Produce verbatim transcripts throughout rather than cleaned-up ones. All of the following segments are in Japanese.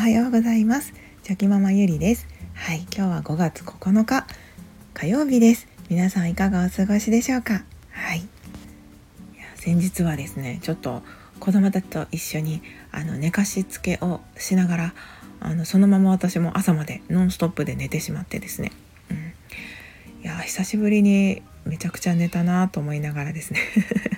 はようございます。チョキママゆりです。はい、今日はごがつここのか火曜日です。皆さんいかがお過ごしでしょうか。はい、いや先日はですね、ちょっと子供たちと一緒にあの寝かしつけをしながらあのそのまま私も朝までノンストップで寝てしまってですね、うん、いや久しぶりにめちゃくちゃ寝たなと思いながらですね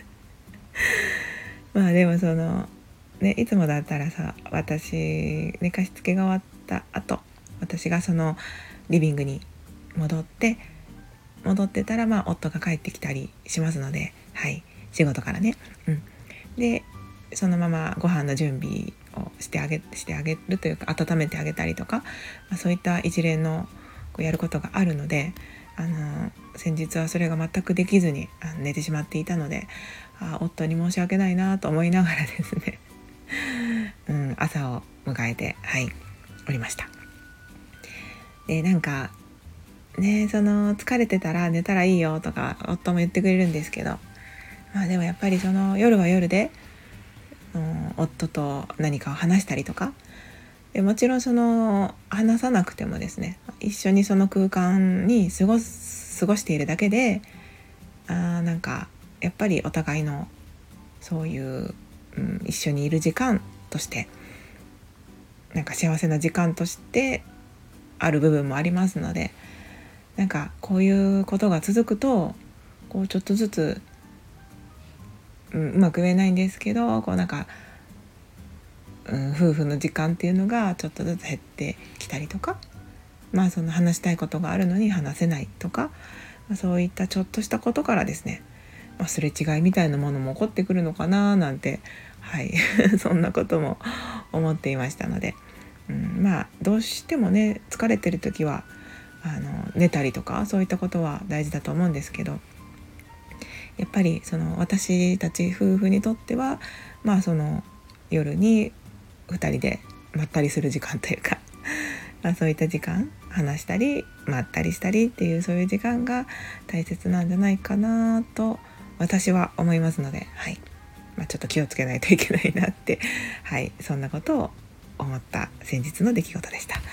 まあでもそのね、いつもだったらさ、私寝かしつけが終わった後、私がそのリビングに戻って戻ってたら、まあ夫が帰ってきたりしますので、はい、仕事からね、うん、でそのままご飯の準備をしてあげしてあげるというか、温めてあげたりとか、まあ、そういった一連のこうやることがあるので、あの先日はそれが全くできずにあの寝てしまっていたので、あ夫に申し訳ないなと思いながらですねうん、朝を迎えて、はい、おりました。でなんかね、その疲れてたら寝たらいいよとか夫も言ってくれるんですけど、まあでもやっぱりその夜は夜で、うん、夫と何かを話したりとかで、もちろんその話さなくてもですね、一緒にその空間に過ごす過ごしているだけで、あなんかやっぱりお互いのそういう、うん、一緒にいる時間としてなんか幸せな時間としてある部分もありますので、なんかこういうことが続くとこうちょっとずつ、うん、うまく言えないんですけど、こうなんか、うん、夫婦の時間っていうのがちょっとずつ減ってきたりとか、まあその話したいことがあるのに話せないとか、まあ、そういったちょっとしたことからですね、まあ、すれ違いみたいなものも起こってくるのかななんて、はいそんなことも思っていましたので、うん、まあどうしてもね疲れてる時はあの寝たりとかそういったことは大事だと思うんですけど、やっぱりその私たち夫婦にとっては、まあその夜にふたりでまったりする時間というかまあそういった時間話したりまったりしたりっていう、そういう時間が大切なんじゃないかなと私は思いますので、はい、まあ、ちょっと気をつけないといけないなって、はい、そんなことを思った先日の出来事でした。はい、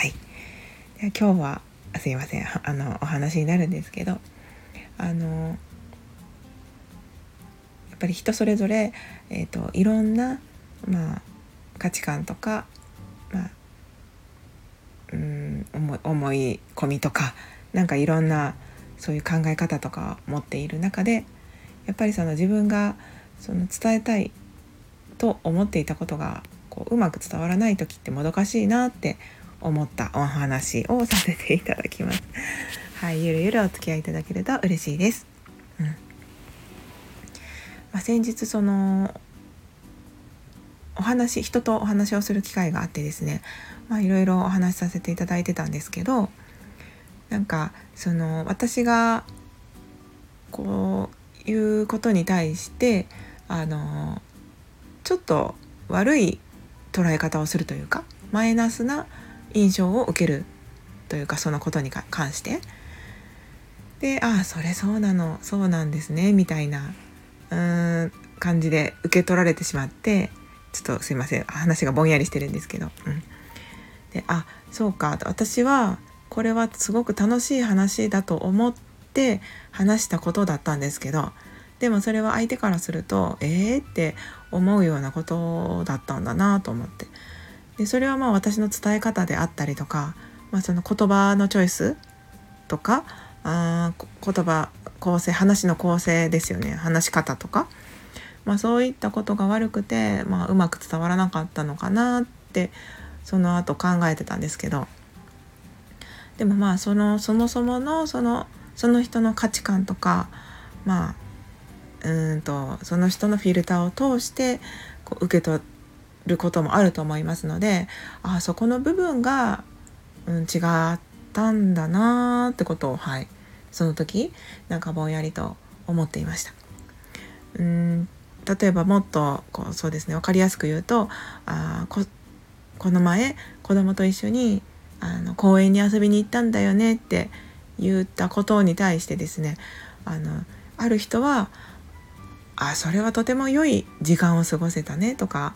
で今日はすいませんあのお話になるんですけど、あのやっぱり人それぞれ、えーと、いろんな、まあ、価値観とか、まあ、うーん思い、思い込みとかなんかいろんなそういう考え方とかを持っている中で、やっぱりその自分がその伝えたいと思っていたことがこううまく伝わらない時ってもどかしいなって思ったお話をさせていただきます。はい、ゆるゆるお付き合いいただけると嬉しいです。うんまあ、先日そのお話人とお話をする機会があってですね、まあ、いろいろお話しさせていただいてたんですけど、なんかその私がこういうことに対してあのちょっと悪い捉え方をするというか、マイナスな印象を受けるというか、そのことに関してで、ああそれそうなのそうなんですねみたいなうーん感じで受け取られてしまって、ちょっとすいません話がぼんやりしてるんですけど、うん、であそうか私はこれはすごく楽しい話だと思って話したことだったんですけど、でもそれは相手からするとえーって思うようなことだったんだなと思って、でそれはまあ私の伝え方であったりとか、まあ、その言葉のチョイスとかあ言葉構成話の構成ですよね、話し方とか、まあ、そういったことが悪くて、まあ、うまく伝わらなかったのかなってその後考えてたんですけど、でもまあそのそもそものそのその人の価値観とか、まあうーんとその人のフィルターを通してこう受け取ることもあると思いますので、あそこの部分が、うん、違ったんだなってことを、はい、その時なんかぼんやりと思っていました。うーん例えばもっとこうそうですね分かりやすく言うと、あここの前子供と一緒にあの公園に遊びに行ったんだよねって言ったことに対してですね、あのある人はあそれはとても良い時間を過ごせたねとか、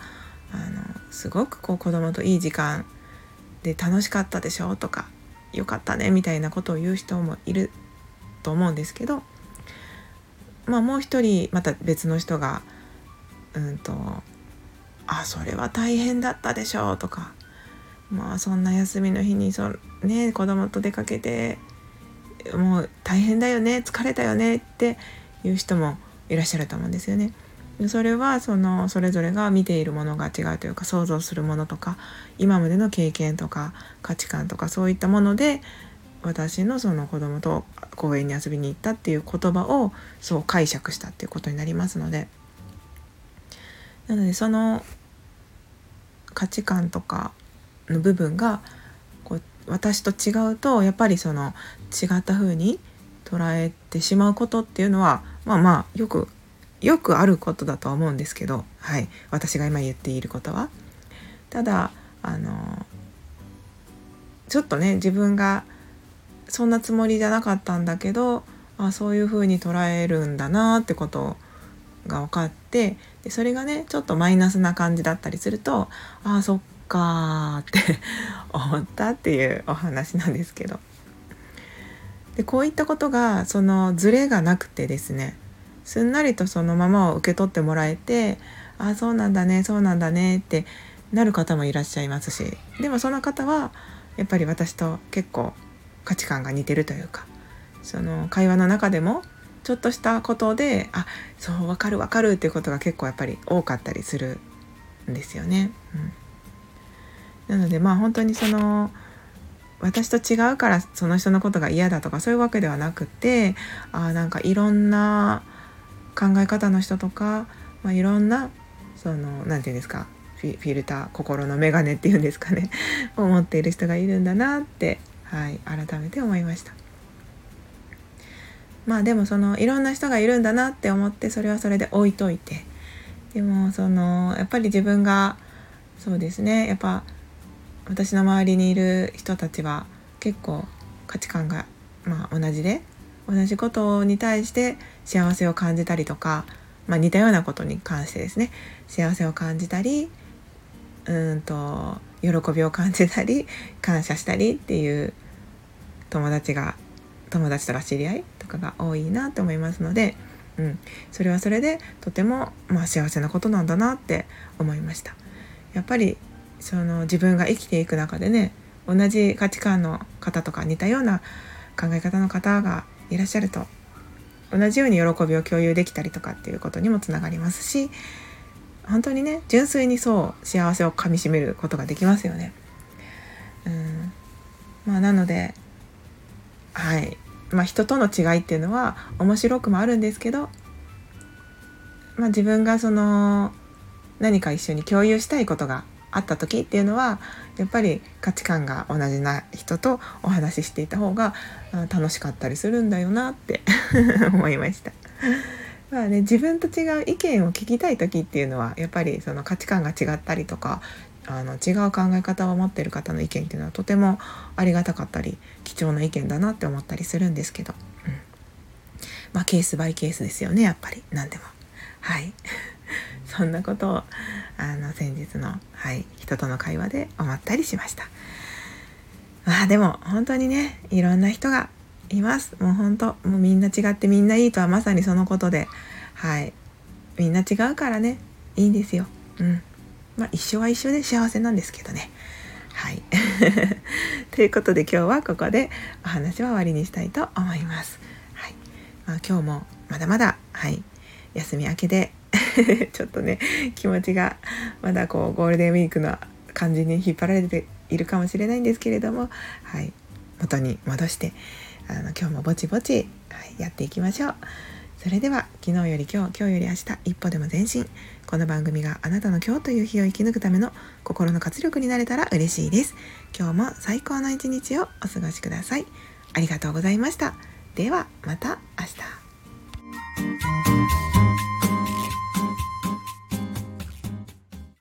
あのすごくこう子供といい時間で楽しかったでしょとかよかったねみたいなことを言う人もいると思うんですけど、まあもう一人また別の人がうんとあそれは大変だったでしょとか、まあそんな休みの日にそね子供と出かけてもう大変だよね疲れたよねっていう人もいらっしゃると思うんですよね。それはそのそれぞれが見ているものが違うというか、想像するものとか今までの経験とか価値観とかそういったもので、私のその子供と公園に遊びに行ったっていう言葉をそう解釈したっていうことになりますので、なのでその価値観とかの部分がこう私と違うとやっぱりその違った風に捉えてしまうことっていうのはまあまあよくよくあることだとは思うんですけど、はい、私が今言っていることはただあのちょっとね自分がそんなつもりじゃなかったんだけどあそういう風に捉えるんだなってことが分かって、でそれがねちょっとマイナスな感じだったりするとあそっかーって思ったっていうお話なんですけど、でこういったことがそのズレがなくてですね、すんなりとそのままを受け取ってもらえてあそうなんだねそうなんだねってなる方もいらっしゃいますし、でもその方はやっぱり私と結構価値観が似てるというか、その会話の中でもちょっとしたことであそう分かる分かるっていうことが結構やっぱり多かったりするんですよね、うん、なのでまあ本当にその私と違うからその人のことが嫌だとかそういうわけではなくて、あなんかいろんな考え方の人とか、まあ、いろんなそのなんていうんですかフィ、フィルター心の眼鏡っていうんですかね思っている人がいるんだなって、はい、改めて思いました。まあでもそのいろんな人がいるんだなって思ってそれはそれで置いといて、でもそのやっぱり自分がそうですねやっぱ私の周りにいる人たちは結構価値観がまあ同じで同じことに対して幸せを感じたりとか、まあ、似たようなことに関してですね幸せを感じたりうんと喜びを感じたり感謝したりっていう友達が友達とか知り合いとかが多いなと思いますので、うん、それはそれでとても、まあ、幸せなことなんだなって思いました。やっぱりその自分が生きていく中でね同じ価値観の方とか似たような考え方の方がいらっしゃると同じように喜びを共有できたりとかっていうことにもつながりますし、本当にね純粋にそう幸せをかみしめることができますよね。うんまあなのではいまあ人との違いっていうのは面白くもあるんですけど、まあ自分がその何か一緒に共有したいことがあった時っていうのはやっぱり価値観が同じな人とお話ししていた方が楽しかったりするんだよなって思いました。まあね、自分と違う意見を聞きたい時っていうのはやっぱりその価値観が違ったりとかあの違う考え方を持っている方の意見っていうのはとてもありがたかったり貴重な意見だなって思ったりするんですけど、うん、まあケースバイケースですよねやっぱり何でも。はいそんなことをあの先日の、はい、人との会話で思ったりしました。まあでも本当にねいろんな人がいます。もう本当もうみんな違ってみんないいとはまさにそのことで、はいみんな違うからねいいんですよ。うんまあ一緒は一緒で幸せなんですけどね。はいということで今日はここでお話は終わりにしたいと思います。はいまあ、今日もまだまだはい休み明けでちょっとね気持ちがまだこうゴールデンウィークの感じに引っ張られているかもしれないんですけれども、はい、元に戻してあの今日もぼちぼち、はい、やっていきましょう。それでは昨日より今日今日より明日一歩でも前進。この番組があなたの今日という日を生き抜くための心の活力になれたら嬉しいです。今日も最高の一日をお過ごしください。ありがとうございました。ではまた明日。